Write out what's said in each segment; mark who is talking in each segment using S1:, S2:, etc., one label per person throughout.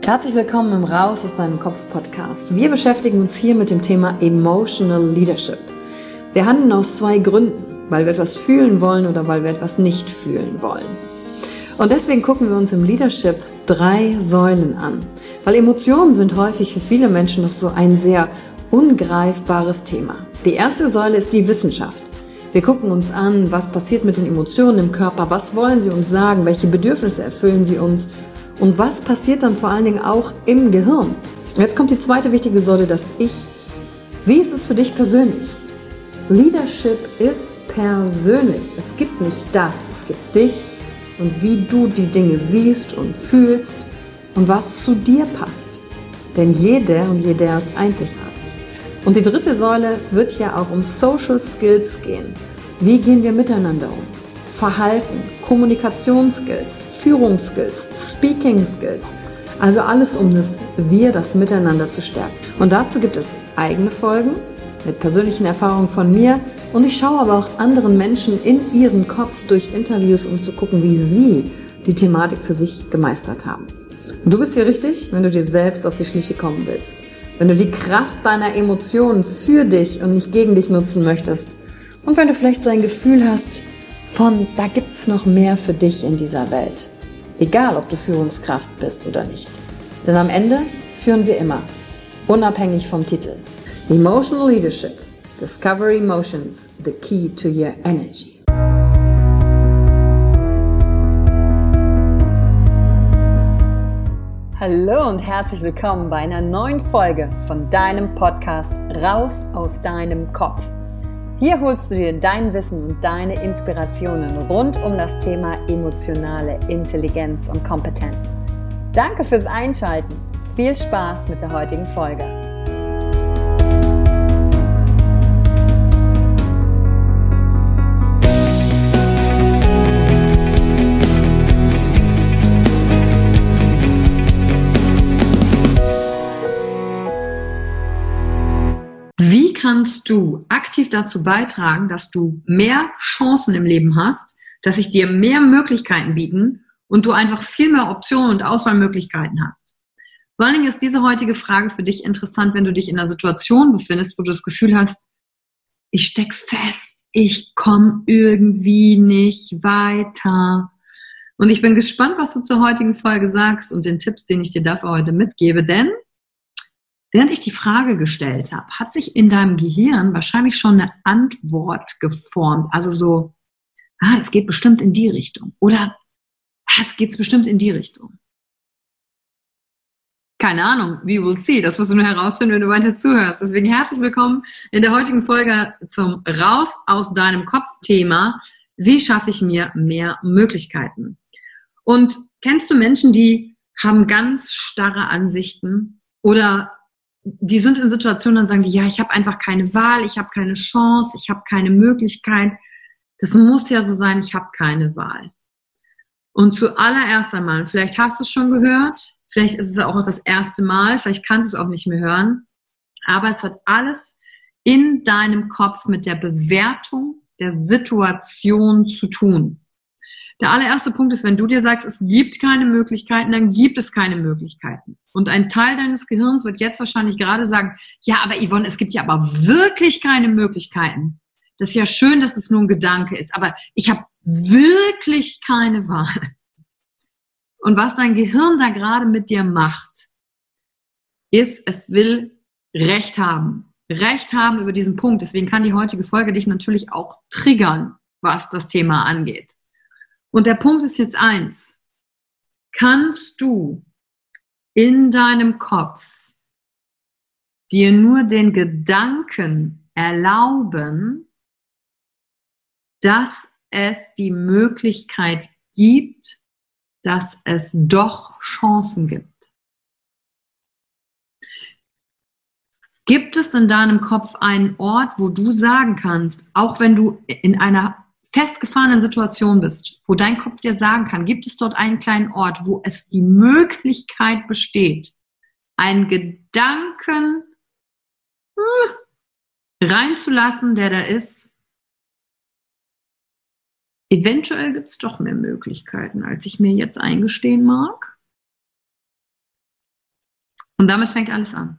S1: Herzlich willkommen im Raus aus deinem Kopf Podcast. Wir beschäftigen uns hier mit dem Thema Emotional Leadership. Wir handeln aus zwei Gründen, weil wir etwas fühlen wollen oder weil wir etwas nicht fühlen wollen. Und deswegen gucken wir uns im Leadership 3 Säulen an, weil Emotionen sind häufig für viele Menschen noch so ein sehr ungreifbares Thema. Die erste Säule ist die Wissenschaft. Wir gucken uns an, was passiert mit den Emotionen im Körper, was wollen sie uns sagen, welche Bedürfnisse erfüllen sie uns und was passiert dann vor allen Dingen auch im Gehirn. Und jetzt kommt die zweite wichtige Säule, das Ich. Wie ist es für dich persönlich? Leadership ist persönlich. Es gibt nicht das, es gibt dich und wie du die Dinge siehst und fühlst und was zu dir passt. Denn jede und jeder ist einzigartig. Und die dritte Säule, es wird ja auch um Social Skills gehen. Wie gehen wir miteinander um? Verhalten, Kommunikationsskills, Führungsskills, Speaking Skills. Also alles um das Miteinander zu stärken. Und dazu gibt es eigene Folgen mit persönlichen Erfahrungen von mir. Und ich schaue aber auch anderen Menschen in ihren Kopf durch Interviews, um zu gucken, wie sie die Thematik für sich gemeistert haben. Und du bist hier richtig, wenn du dir selbst auf die Schliche kommen willst. Wenn du die Kraft deiner Emotionen für dich und nicht gegen dich nutzen möchtest. Und wenn du vielleicht so ein Gefühl hast, da gibt's noch mehr für dich in dieser Welt. Egal, ob du Führungskraft bist oder nicht. Denn am Ende führen wir immer, unabhängig vom Titel. Emotional Leadership. Discover Emotions, the key to your energy. Hallo und herzlich willkommen bei einer neuen Folge von deinem Podcast Raus aus deinem Kopf. Hier holst du dir dein Wissen und deine Inspirationen rund um das Thema emotionale Intelligenz und Kompetenz. Danke fürs Einschalten. Viel Spaß mit der heutigen Folge. Wie kannst du aktiv dazu beitragen, dass du mehr Chancen im Leben hast, dass sich dir mehr Möglichkeiten bieten und du einfach viel mehr Optionen und Auswahlmöglichkeiten hast? Vor allen Dingen ist diese heutige Frage für dich interessant, wenn du dich in einer Situation befindest, wo du das Gefühl hast, ich stecke fest, ich komme irgendwie nicht weiter. Und ich bin gespannt, was du zur heutigen Folge sagst und den Tipps, den ich dir dafür heute mitgebe, denn während ich die Frage gestellt habe, hat sich in deinem Gehirn wahrscheinlich schon eine Antwort geformt. Also so, es geht bestimmt in die Richtung. Oder, es geht bestimmt in die Richtung. Keine Ahnung, we will see. Das wirst du nur herausfinden, wenn du weiter zuhörst. Deswegen herzlich willkommen in der heutigen Folge zum Raus aus deinem Kopf-Thema. Wie schaffe ich mir mehr Möglichkeiten? Und kennst du Menschen, die haben ganz starre Ansichten oder die sind in Situationen, dann sagen die, ja, ich habe einfach keine Wahl, ich habe keine Chance, ich habe keine Möglichkeit. Das muss ja so sein, ich habe keine Wahl. Und zuallererst einmal, vielleicht hast du es schon gehört, vielleicht ist es auch noch das erste Mal, vielleicht kannst du es auch nicht mehr hören, aber es hat alles in deinem Kopf mit der Bewertung der Situation zu tun. Der allererste Punkt ist, wenn du dir sagst, es gibt keine Möglichkeiten, dann gibt es keine Möglichkeiten. Und ein Teil deines Gehirns wird jetzt wahrscheinlich gerade sagen, ja, aber Yvonne, es gibt ja aber wirklich keine Möglichkeiten. Das ist ja schön, dass es nur ein Gedanke ist, aber ich habe wirklich keine Wahl. Und was dein Gehirn da gerade mit dir macht, ist, es will Recht haben. Recht haben über diesen Punkt. Deswegen kann die heutige Folge dich natürlich auch triggern, was das Thema angeht. Und der Punkt ist jetzt eins. Kannst du in deinem Kopf dir nur den Gedanken erlauben, dass es die Möglichkeit gibt, dass es doch Chancen gibt? Gibt es in deinem Kopf einen Ort, wo du sagen kannst, auch wenn du in einer festgefahrenen Situation bist, wo dein Kopf dir sagen kann, gibt es dort einen kleinen Ort, wo es die Möglichkeit besteht, einen Gedanken reinzulassen, der da ist, eventuell gibt es doch mehr Möglichkeiten, als ich mir jetzt eingestehen mag. Und damit fängt alles an.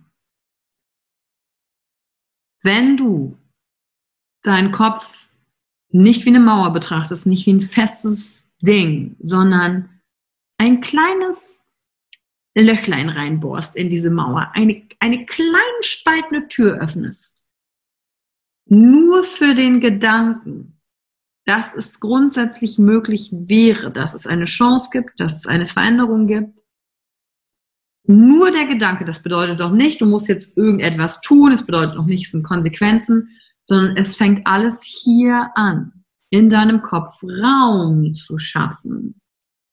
S1: Wenn du deinen Kopf nicht wie eine Mauer betrachtest, nicht wie ein festes Ding, sondern ein kleines Löchlein reinbohrst in diese Mauer, eine kleine spaltende Tür öffnest, nur für den Gedanken, dass es grundsätzlich möglich wäre, dass es eine Chance gibt, dass es eine Veränderung gibt. Nur der Gedanke, das bedeutet doch nicht, du musst jetzt irgendetwas tun, es bedeutet auch nicht, es sind Konsequenzen, sondern es fängt alles hier an, in deinem Kopf Raum zu schaffen.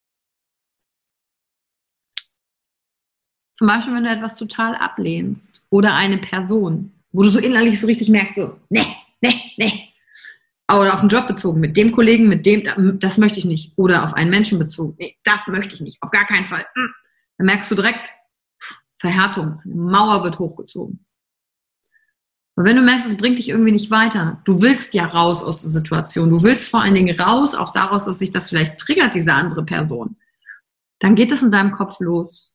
S1: Zum Beispiel, wenn du etwas total ablehnst oder eine Person, wo du so innerlich so richtig merkst, so, nee. Oder auf den Job bezogen, mit dem Kollegen, mit dem, das möchte ich nicht. Oder auf einen Menschen bezogen, nee, das möchte ich nicht, auf gar keinen Fall. Dann merkst du direkt, Verhärtung, eine Mauer wird hochgezogen. Und wenn du merkst, es bringt dich irgendwie nicht weiter, du willst ja raus aus der Situation, du willst vor allen Dingen raus, auch daraus, dass sich das vielleicht triggert, diese andere Person, dann geht es in deinem Kopf los.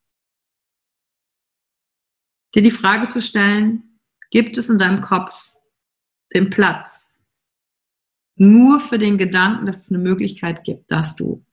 S1: Dir die Frage zu stellen, gibt es in deinem Kopf den Platz, nur für den Gedanken, dass es eine Möglichkeit gibt, dass du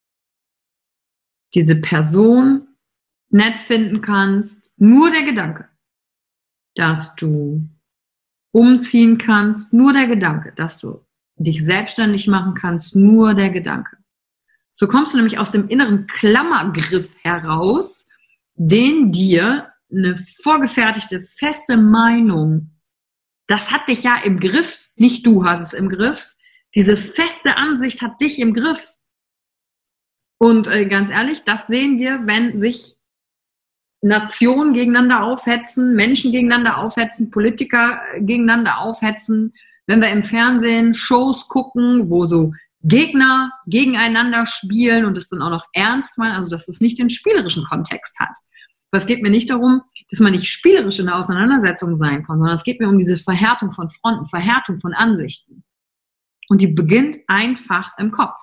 S1: diese Person nett finden kannst, nur der Gedanke, dass du umziehen kannst, nur der Gedanke, dass du dich selbstständig machen kannst, nur der Gedanke. So kommst du nämlich aus dem inneren Klammergriff heraus, den dir eine vorgefertigte, feste Meinung, das hat dich ja im Griff, nicht du hast es im Griff, diese feste Ansicht hat dich im Griff. Und ganz ehrlich, das sehen wir, wenn sich Nationen gegeneinander aufhetzen, Menschen gegeneinander aufhetzen, Politiker gegeneinander aufhetzen, wenn wir im Fernsehen Shows gucken, wo so Gegner gegeneinander spielen und es dann auch noch ernst meinen, also dass es nicht den spielerischen Kontext hat. Aber es geht mir nicht darum, dass man nicht spielerisch in der Auseinandersetzung sein kann, sondern es geht mir um diese Verhärtung von Fronten, Verhärtung von Ansichten. Und die beginnt einfach im Kopf.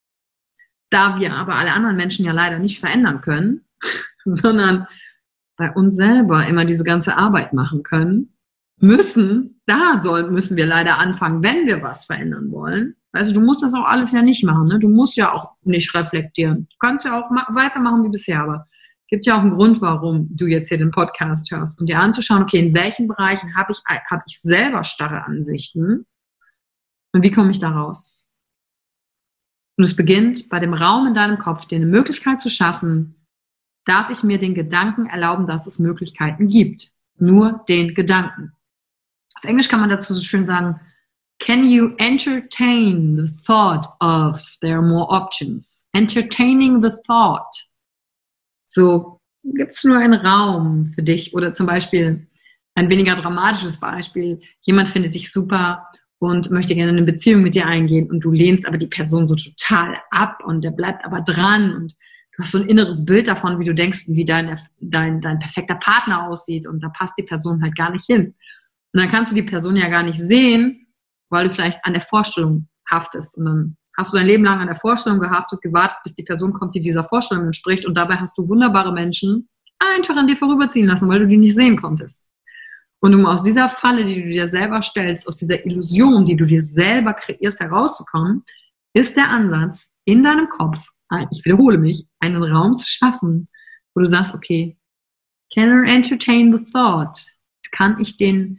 S1: Da wir aber alle anderen Menschen ja leider nicht verändern können, sondern bei uns selber immer diese ganze Arbeit machen können, müssen wir leider anfangen, wenn wir was verändern wollen. Also du musst das auch alles ja nicht machen, ne? Du musst ja auch nicht reflektieren. Du kannst ja auch weitermachen wie bisher, aber es gibt ja auch einen Grund, warum du jetzt hier den Podcast hörst, um dir anzuschauen, okay, in welchen Bereichen habe ich selber starre Ansichten und wie komme ich da raus? Und es beginnt bei dem Raum in deinem Kopf, dir eine Möglichkeit zu schaffen, darf ich mir den Gedanken erlauben, dass es Möglichkeiten gibt. Nur den Gedanken. Auf Englisch kann man dazu so schön sagen, can you entertain the thought of there are more options? Entertaining the thought. So gibt es nur einen Raum für dich. Oder zum Beispiel ein weniger dramatisches Beispiel. Jemand findet dich super und möchte gerne eine Beziehung mit dir eingehen und du lehnst aber die Person so total ab und der bleibt aber dran und du hast so ein inneres Bild davon, wie du denkst, wie dein perfekter Partner aussieht und da passt die Person halt gar nicht hin. Und dann kannst du die Person ja gar nicht sehen, weil du vielleicht an der Vorstellung haftest. Und dann hast du dein Leben lang an der Vorstellung gehaftet, gewartet, bis die Person kommt, die dieser Vorstellung entspricht. Und dabei hast du wunderbare Menschen einfach an dir vorüberziehen lassen, weil du die nicht sehen konntest. Und um aus dieser Falle, die du dir selber stellst, aus dieser Illusion, die du dir selber kreierst, herauszukommen, ist der Ansatz, in deinem Kopf, ich wiederhole mich, einen Raum zu schaffen, wo du sagst, okay, can I entertain the thought? Kann ich den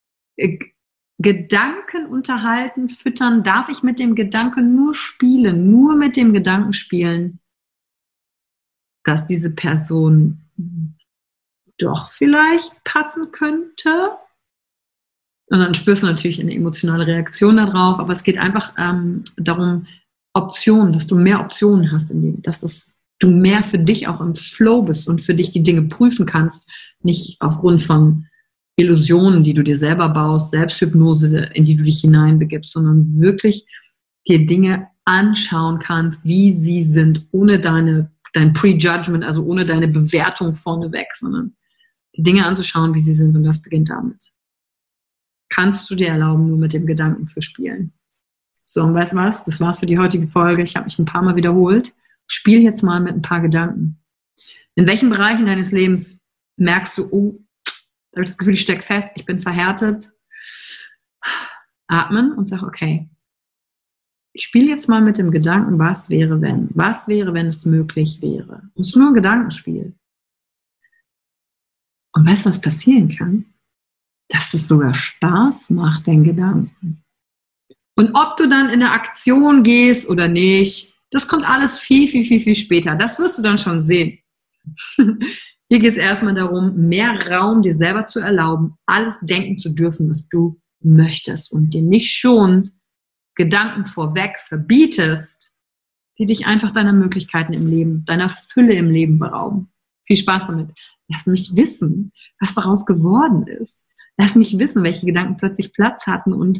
S1: Gedanken unterhalten, füttern? Darf ich mit dem Gedanken nur spielen, nur mit dem Gedanken spielen, dass diese Person doch vielleicht passen könnte? Und dann spürst du natürlich eine emotionale Reaktion darauf, aber es geht einfach darum, Optionen, dass du mehr Optionen hast im Leben, dass du mehr für dich auch im Flow bist und für dich die Dinge prüfen kannst, nicht aufgrund von Illusionen, die du dir selber baust, Selbsthypnose, in die du dich hineinbegibst, sondern wirklich dir Dinge anschauen kannst, wie sie sind, ohne dein Prejudgment, also ohne deine Bewertung vorneweg, sondern die Dinge anzuschauen, wie sie sind, und das beginnt damit. Kannst du dir erlauben, nur mit dem Gedanken zu spielen. So, und weißt du was? Das war's für die heutige Folge. Ich habe mich ein paar Mal wiederholt. Spiel jetzt mal mit ein paar Gedanken. In welchen Bereichen deines Lebens merkst du, oh, da habe ich das Gefühl, ich stecke fest, ich bin verhärtet. Atmen und sag, okay, ich spiele jetzt mal mit dem Gedanken, was wäre, wenn? Was wäre, wenn es möglich wäre? Und es ist nur ein Gedankenspiel. Und weißt du, was passieren kann? Dass es sogar Spaß macht, den Gedanken. Und ob du dann in eine Aktion gehst oder nicht, das kommt alles viel, viel, viel, viel später. Das wirst du dann schon sehen. Hier geht es erstmal darum, mehr Raum dir selber zu erlauben, alles denken zu dürfen, was du möchtest und dir nicht schon Gedanken vorweg verbietest, die dich einfach deiner Möglichkeiten im Leben, deiner Fülle im Leben berauben. Viel Spaß damit. Lass mich wissen, was daraus geworden ist. Lass mich wissen, welche Gedanken plötzlich Platz hatten und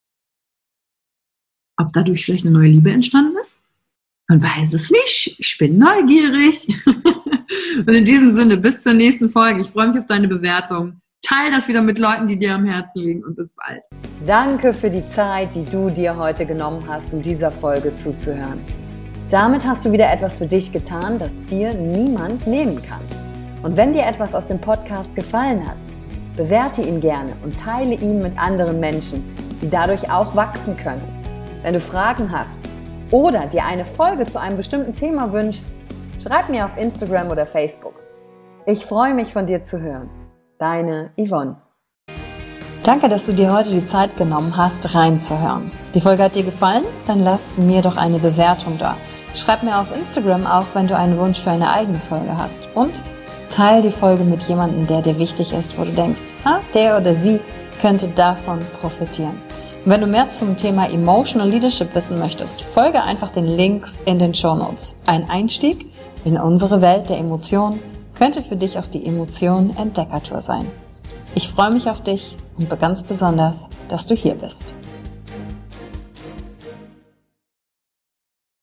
S1: ob dadurch vielleicht eine neue Liebe entstanden ist. Man weiß es nicht. Ich bin neugierig. Und in diesem Sinne, bis zur nächsten Folge. Ich freue mich auf deine Bewertung. Teil das wieder mit Leuten, die dir am Herzen liegen, und bis bald.
S2: Danke für die Zeit, die du dir heute genommen hast, um dieser Folge zuzuhören. Damit hast du wieder etwas für dich getan, das dir niemand nehmen kann. Und wenn dir etwas aus dem Podcast gefallen hat, bewerte ihn gerne und teile ihn mit anderen Menschen, die dadurch auch wachsen können. Wenn du Fragen hast oder dir eine Folge zu einem bestimmten Thema wünschst, schreib mir auf Instagram oder Facebook. Ich freue mich, von dir zu hören. Deine Yvonne.
S1: Danke, dass du dir heute die Zeit genommen hast, reinzuhören. Die Folge hat dir gefallen? Dann lass mir doch eine Bewertung da. Schreib mir auf Instagram auch, wenn du einen Wunsch für eine eigene Folge hast. Und teile die Folge mit jemandem, der dir wichtig ist, wo du denkst, der oder sie könnte davon profitieren. Und wenn du mehr zum Thema Emotional Leadership wissen möchtest, folge einfach den Links in den Shownotes. Ein Einstieg in unsere Welt der Emotionen könnte für dich auch die Emotionen-Entdeckertour sein. Ich freue mich auf dich und ganz besonders, dass du hier bist.